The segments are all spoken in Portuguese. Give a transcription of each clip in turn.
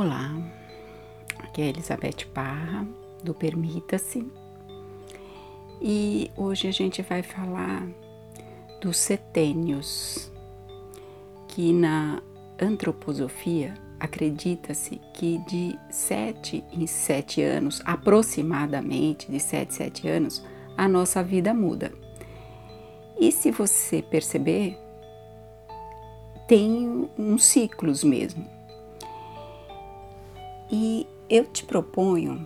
Olá, aqui é a Elizabeth Parra, do Permita-se, e hoje a gente vai falar dos setênios, que na antroposofia acredita-se que de 7 em 7 anos, aproximadamente de 7 em 7 anos, a nossa vida muda. E se você perceber, tem uns ciclos mesmo. E eu te proponho,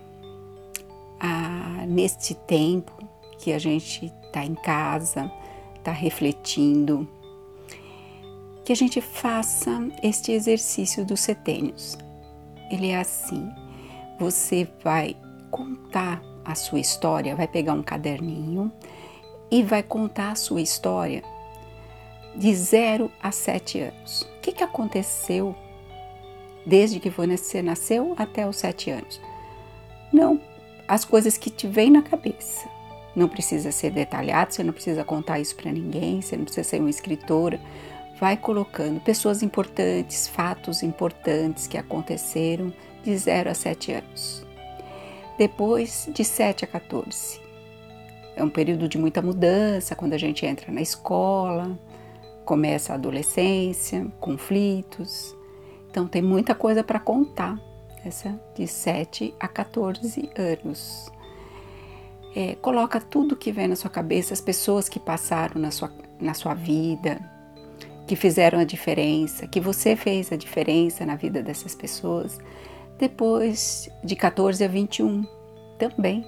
neste tempo que a gente está em casa, está refletindo, que a gente faça este exercício dos setênios. Ele é assim: você vai contar a sua história, vai pegar um caderninho e vai contar a sua história de 0 a 7 anos. O que aconteceu desde que você nasceu até os 7 anos? Não, as coisas que te vêm na cabeça. Não precisa ser detalhado, você não precisa contar isso para ninguém, você não precisa ser uma escritora. Vai colocando pessoas importantes, fatos importantes que aconteceram de 0 a 7 anos. Depois, de 7 a 14. É um período de muita mudança, quando a gente entra na escola, começa a adolescência, conflitos. Então tem muita coisa para contar, essa de 7 a 14 anos. Coloca tudo que vem na sua cabeça, as pessoas que passaram na sua vida, que fizeram a diferença, que você fez a diferença na vida dessas pessoas. Depois de 14 a 21 também,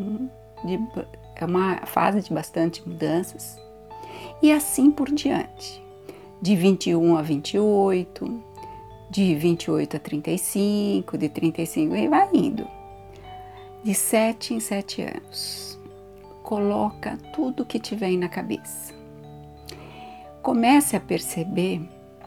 é uma fase de bastante mudanças. E assim por diante, de 21 a 28, de 28 a 35, de 35 e vai indo. De 7 em 7 anos. Coloca tudo que te vem na cabeça. Comece a perceber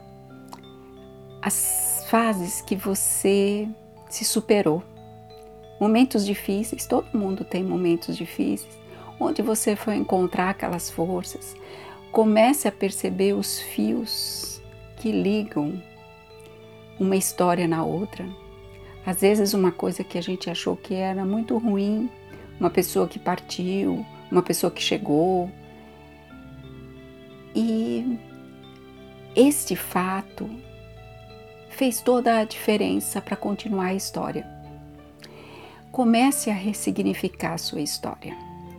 as fases que você se superou. Momentos difíceis, todo mundo tem momentos difíceis, onde você foi encontrar aquelas forças. Comece a perceber os fios que ligam uma história na outra. Às vezes uma coisa que a gente achou que era muito ruim, uma pessoa que partiu, uma pessoa que chegou. E este fato fez toda a diferença para continuar a história. Comece a ressignificar a sua história.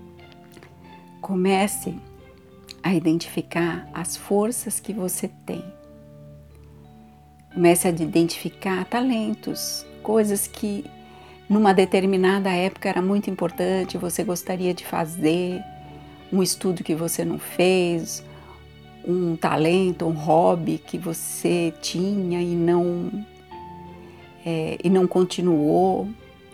Comece a identificar as forças que você tem. Comece a identificar talentos, coisas que numa determinada época era muito importante, você gostaria de fazer, um estudo que você não fez, um talento, um hobby que você tinha e não continuou.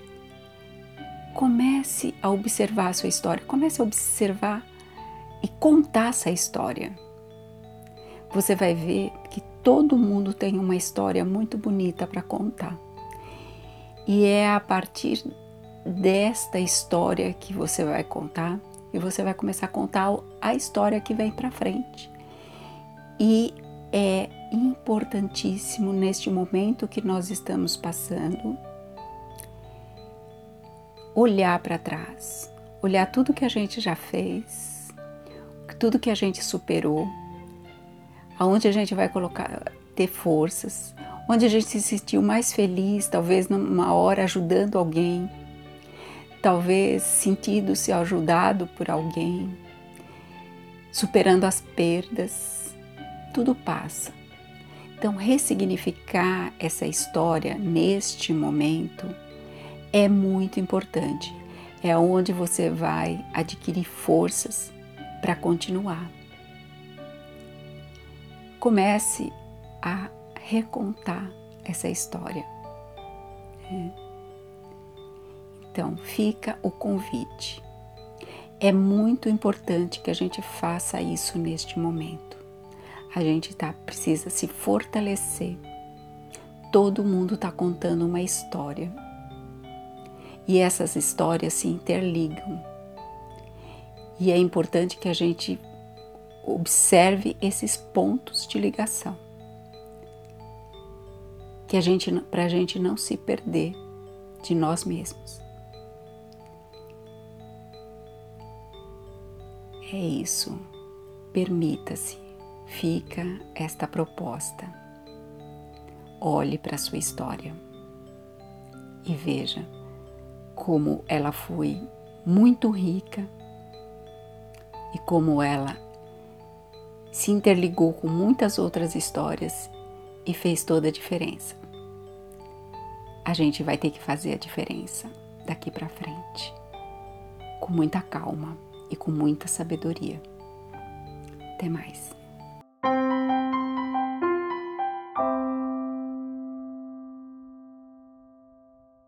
Comece a observar a sua história, comece a observar e contar essa história. Você vai ver que todo mundo tem uma história muito bonita para contar. E é a partir desta história que você vai contar, e você vai começar a contar a história que vem para frente. E é importantíssimo neste momento que nós estamos passando, olhar para trás, olhar tudo que a gente já fez, tudo que a gente superou, aonde a gente vai ter forças, onde a gente se sentiu mais feliz, talvez numa hora ajudando alguém, talvez sentindo-se ajudado por alguém, superando as perdas, tudo passa. Então, ressignificar essa história neste momento é muito importante. É onde você vai adquirir forças para continuar. Comece a recontar essa história. Então, fica o convite. É muito importante que a gente faça isso neste momento. A gente precisa se fortalecer. Todo mundo está contando uma história. E essas histórias se interligam. E é importante que a gente observe esses pontos de ligação. para a gente não se perder de nós mesmos. É isso. Permita-se. Fica esta proposta. Olhe para a sua história e veja como ela foi muito rica e como ela se interligou com muitas outras histórias e fez toda a diferença. A gente vai ter que fazer a diferença daqui para frente, com muita calma e com muita sabedoria. Até mais.